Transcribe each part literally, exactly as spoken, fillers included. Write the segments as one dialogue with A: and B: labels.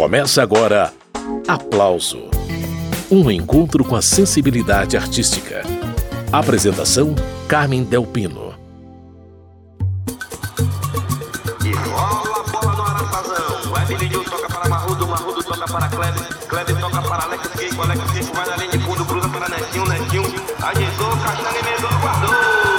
A: Começa agora Aplauso, um encontro com a sensibilidade artística. Apresentação, Carmen Del Pino.
B: E rola a bola no Arapazão. O Emilinho toca para Marrudo, Marrudo toca para Kleber, Kleber toca para Alex Kiko, Alex Kiko vai na linha de fundo, cruza para Netinho, Netinho ajeitou, Castanha emendou, guardou.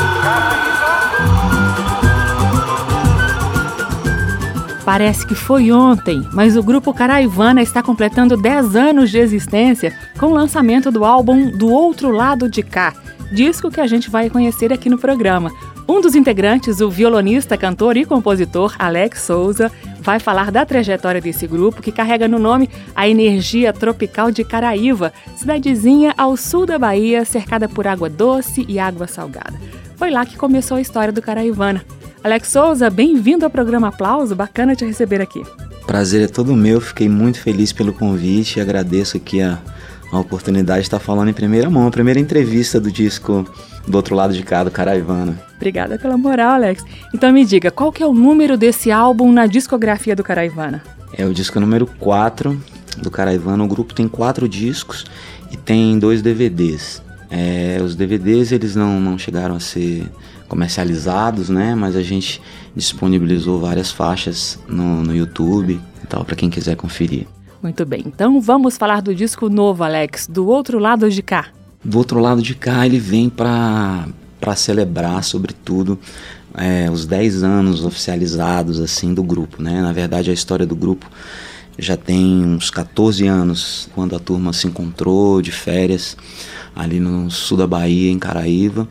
C: Parece que foi ontem, mas o grupo Caraivana está completando dez anos de existência com o lançamento do álbum Do Outro Lado de Cá, disco que a gente vai conhecer aqui no programa. Um dos integrantes, o violonista, cantor e compositor Alex Souza, vai falar da trajetória desse grupo que carrega no nome a energia tropical de Caraíva, cidadezinha ao sul da Bahia, cercada por água doce e água salgada. Foi lá que começou a história do Caraivana. Alex Souza, bem-vindo ao programa Aplauso, bacana te receber aqui.
D: Prazer é todo meu, fiquei muito feliz pelo convite e agradeço aqui a, a oportunidade de estar falando em primeira mão, a primeira entrevista do disco Do Outro Lado de Cá, do Caraivana.
C: Obrigada pela moral, Alex. Então me diga, qual que é o número desse álbum na discografia do Caraivana?
D: É o disco número quatro do Caraivana, o grupo tem quatro discos e tem dois D V Ds. É, os D V Ds eles não, não chegaram a ser comercializados, né? Mas a gente disponibilizou várias faixas no, no YouTube e tal, para quem quiser conferir.
C: Muito bem, então vamos falar do disco novo, Alex, Do Outro Lado de Cá.
D: Do Outro Lado de Cá, ele vem para para celebrar, sobretudo, é, os dez anos oficializados assim do grupo, né? Na verdade, a história do grupo já tem uns catorze anos, quando a turma se encontrou de férias ali no sul da Bahia, em Caraíva.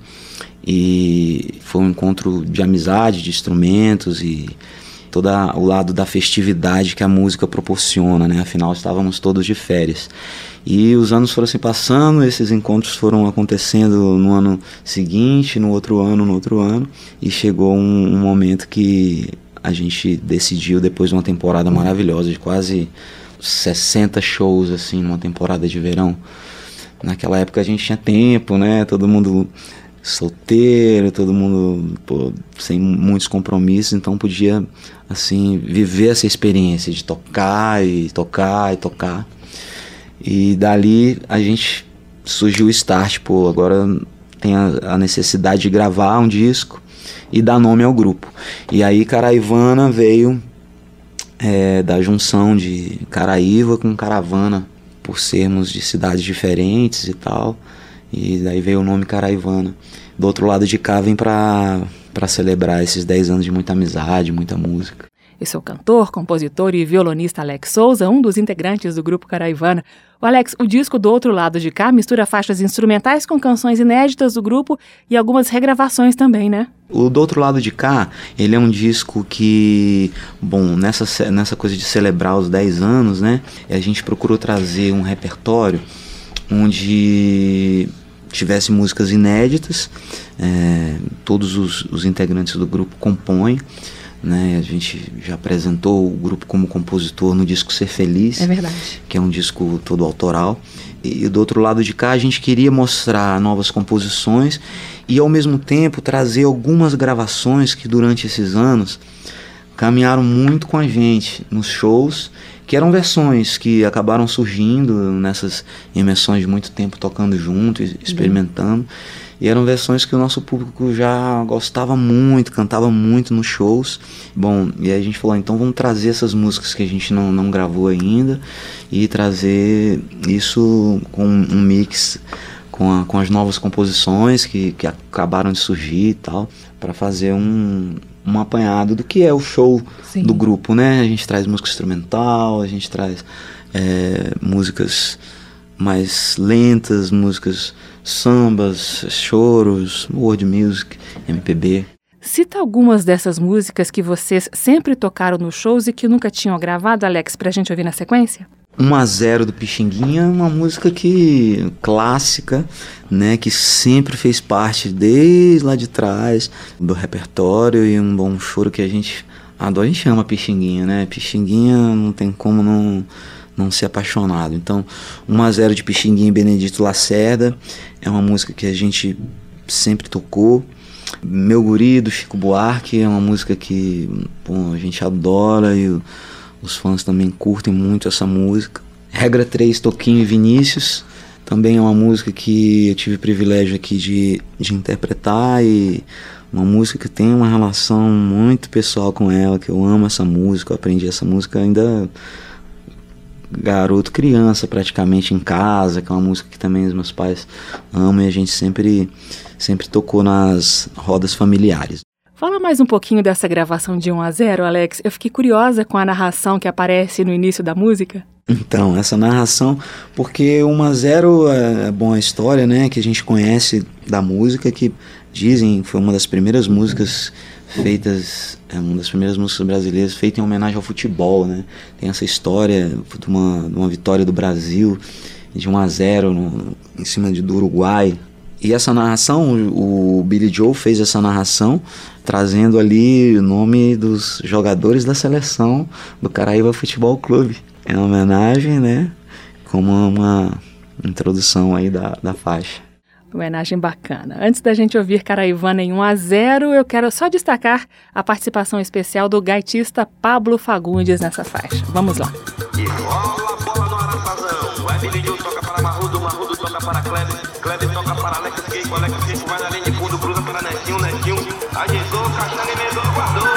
D: E foi um encontro de amizade, de instrumentos e todo o lado da festividade que a música proporciona, né? Afinal, estávamos todos de férias. E os anos foram se passando, esses encontros foram acontecendo no ano seguinte, no outro ano, no outro ano. E chegou um, um momento que a gente decidiu, depois de uma temporada maravilhosa, de quase sessenta shows, assim, numa temporada de verão. Naquela época a gente tinha tempo, né? Todo mundo solteiro, todo mundo pô, sem muitos compromissos, então podia assim viver essa experiência de tocar e tocar e tocar. E dali a gente surgiu o start, pô, agora tem a, a necessidade de gravar um disco e dar nome ao grupo. E aí Caraivana veio é, da junção de Caraíva com Caravana, por sermos de cidades diferentes e tal. E daí veio o nome Caraivana. Do Outro Lado de Cá vem para para celebrar esses dez anos de muita amizade, muita música.
C: Eu sou o cantor, compositor e violonista Alex Souza, um dos integrantes do grupo Caraivana. O Alex, o disco Do Outro Lado de Cá mistura faixas instrumentais com canções inéditas do grupo e algumas regravações também, né?
D: O Do Outro Lado de Cá, ele é um disco que, bom, nessa, nessa coisa de celebrar os dez anos, né? A gente procurou trazer um repertório onde tivesse músicas inéditas, é, todos os, os integrantes do grupo compõem, né? A gente já apresentou o grupo como compositor no disco Ser Feliz,
C: é verdade,
D: que é um disco todo autoral, e do outro lado de cá a gente queria mostrar novas composições e ao mesmo tempo trazer algumas gravações que durante esses anos caminharam muito com a gente nos shows, que eram versões que acabaram surgindo nessas imersões de muito tempo tocando junto, experimentando, uhum. E eram versões que o nosso público já gostava muito, cantava muito nos shows. Bom, e aí a gente falou, então vamos trazer essas músicas que a gente não, não gravou ainda e trazer isso com um mix com, a, com as novas composições que, que acabaram de surgir e tal, para fazer um... um apanhado do que é o show Sim. do grupo, né? A gente traz música instrumental, a gente traz é, músicas mais lentas, músicas sambas, choros, world music, M P B.
C: Cita algumas dessas músicas que vocês sempre tocaram nos shows e que nunca tinham gravado, Alex, pra gente ouvir na sequência?
D: um a zero do Pixinguinha é uma música que, clássica, né, que sempre fez parte desde lá de trás do repertório e um bom choro que a gente adora. A gente chama Pixinguinha, né? Pixinguinha não tem como não, não ser apaixonado. Então, um a zero de Pixinguinha e Benedito Lacerda é uma música que a gente sempre tocou. Meu Guri, do Chico Buarque, é uma música que pô, a gente adora e o Os fãs também curtem muito essa música. Regra três, Toquinho e Vinícius. Também é uma música que eu tive o privilégio aqui de, de interpretar, e uma música que tem uma relação muito pessoal com ela, que eu amo essa música, eu aprendi essa música ainda garoto, criança praticamente, em casa, que é uma música que também os meus pais amam e a gente sempre, sempre tocou nas rodas familiares.
C: Fala mais um pouquinho dessa gravação de um a zero, Alex. Eu fiquei curiosa com a narração que aparece no início da música.
D: Então, essa narração, porque um a zero é, é bom a história, né, que a gente conhece da música, que dizem foi uma das primeiras músicas feitas, é uma das primeiras músicas brasileiras feitas em homenagem ao futebol, né? Tem essa história de uma, de uma vitória do Brasil de um a zero no, em cima de, do Uruguai. E essa narração, o Billy Joel fez essa narração trazendo ali o nome dos jogadores da seleção do Caraíba Futebol Clube. É uma homenagem, né? Como uma introdução aí da, da faixa.
C: Homenagem bacana. Antes da gente ouvir Caraivana em um a zero, eu quero só destacar a participação especial do gaitista Pablo Fagundes nessa faixa. Vamos lá.
B: E rola a bola no Arapazão. O Emílio toca para Marrudo, Marrudo toca para Kleber, Kleber toca para Alex Keiko, Alex Keiko vai na linha de fundo, cruza para Netinho, Netinho ajeitou, Castanha emendou, guardou.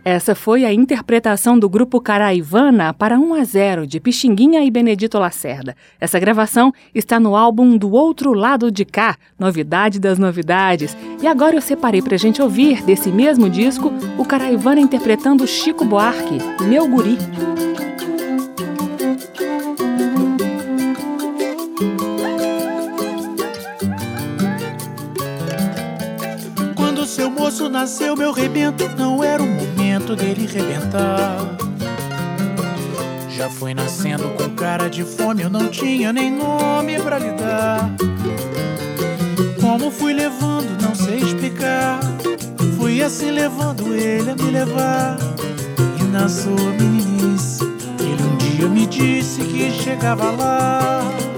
C: Essa foi a interpretação do grupo Caraivana para um a zero de Pixinguinha e Benedito Lacerda. Essa gravação está no álbum Do Outro Lado de Cá, novidade das novidades. E agora eu separei para a gente ouvir, desse mesmo disco, o Caraivana interpretando Chico Buarque, Meu Guri.
E: Quando seu moço nasceu, meu rebento, não era o momento dele rebentar. Já foi nascendo com cara de fome, eu não tinha nem nome pra lhe dar. Como fui levando, não sei explicar. Fui assim levando ele a me levar. E na sua meninice, ele um dia me disse que chegava lá.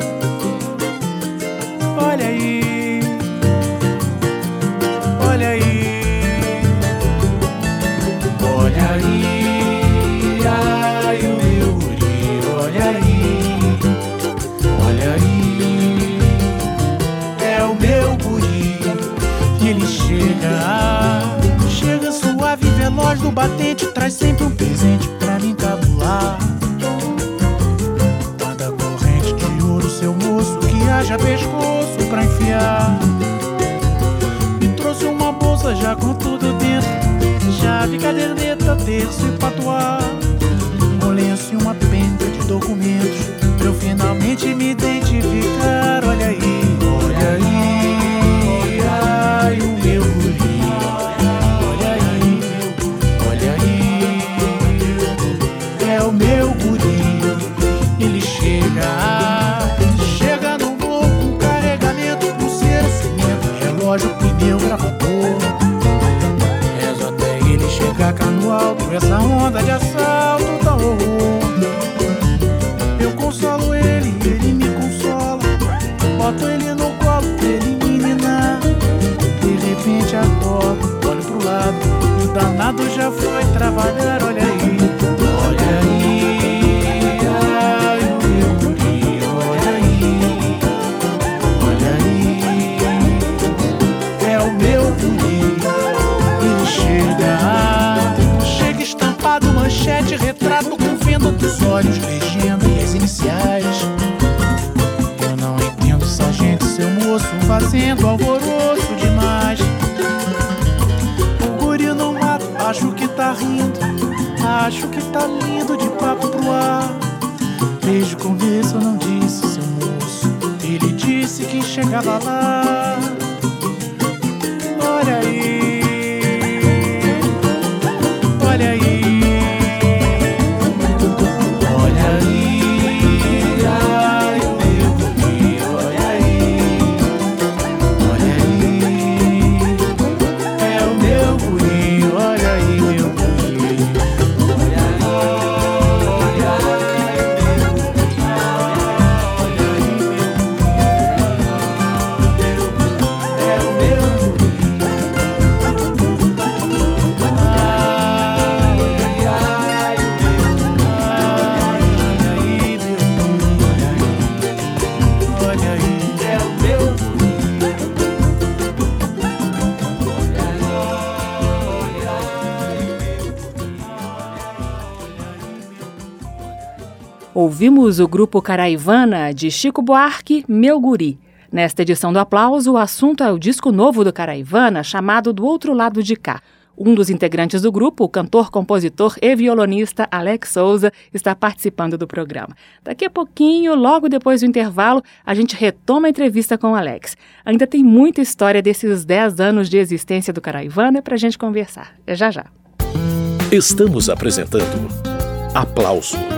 E: Olha aí, olha aí, olha aí, ai o meu guri, olha aí, olha aí, é o meu guri. E ele chega, chega suave e veloz do batente, traz sempre um presente pra me encabular. Cada corrente de ouro, seu moço, que haja pescoço pra enfiar. Me trouxe uma bolsa já com tudo dentro, chave, caderneta, terço e patuá, um lenço e uma penca de documentos, pra eu finalmente me identificar. Olha aí, olha aí, ai o meu guri, olha aí, olha aí, é o meu guri. Ele chega, chega no morro com carregamento, pulseira, cimento, relógio, pneu, gravador. Rezo até ele chegar cá no alto, essa onda de assalto dá horror. Eu consolo ele, ele me consola, boto ele no colo pra ele me ninar. De repente acordo, olho pro lado, e o danado já foi trabalhar. Olha aí, olha aí, ai o meu guri, olha aí, olha aí, é o meu guri. Ele chega, chega estampado, manchete, retrato com fenda dos olhos, legenda e as iniciais. Eu não entendo, sargento, seu moço, fazendo alvoroço demais. O guri no mato, acho que tá rindo, acho que tá lindo de papo pro ar. Desde o começo eu não disse, seu moço, ele disse que chegava lá. Olha aí, olha aí, olha aí, ai o meu guri, olha aí, olha aí, é o meu guri, olha aí, meu guri, olha aí, olha aí, meu guri, olha aí, meu guri, é o meu guri.
C: Ouvimos o grupo Caraivana de Chico Buarque, Meu Guri. Nesta edição do Aplauso, o assunto é o disco novo do Caraivana, chamado Do Outro Lado de Cá. Um dos integrantes do grupo, o cantor, compositor e violonista Alex Souza, está participando do programa. Daqui a pouquinho, logo depois do intervalo, a gente retoma a entrevista com o Alex. Ainda tem muita história desses dez anos de existência do Caraivana para a gente conversar. É já já.
A: Estamos apresentando Aplauso.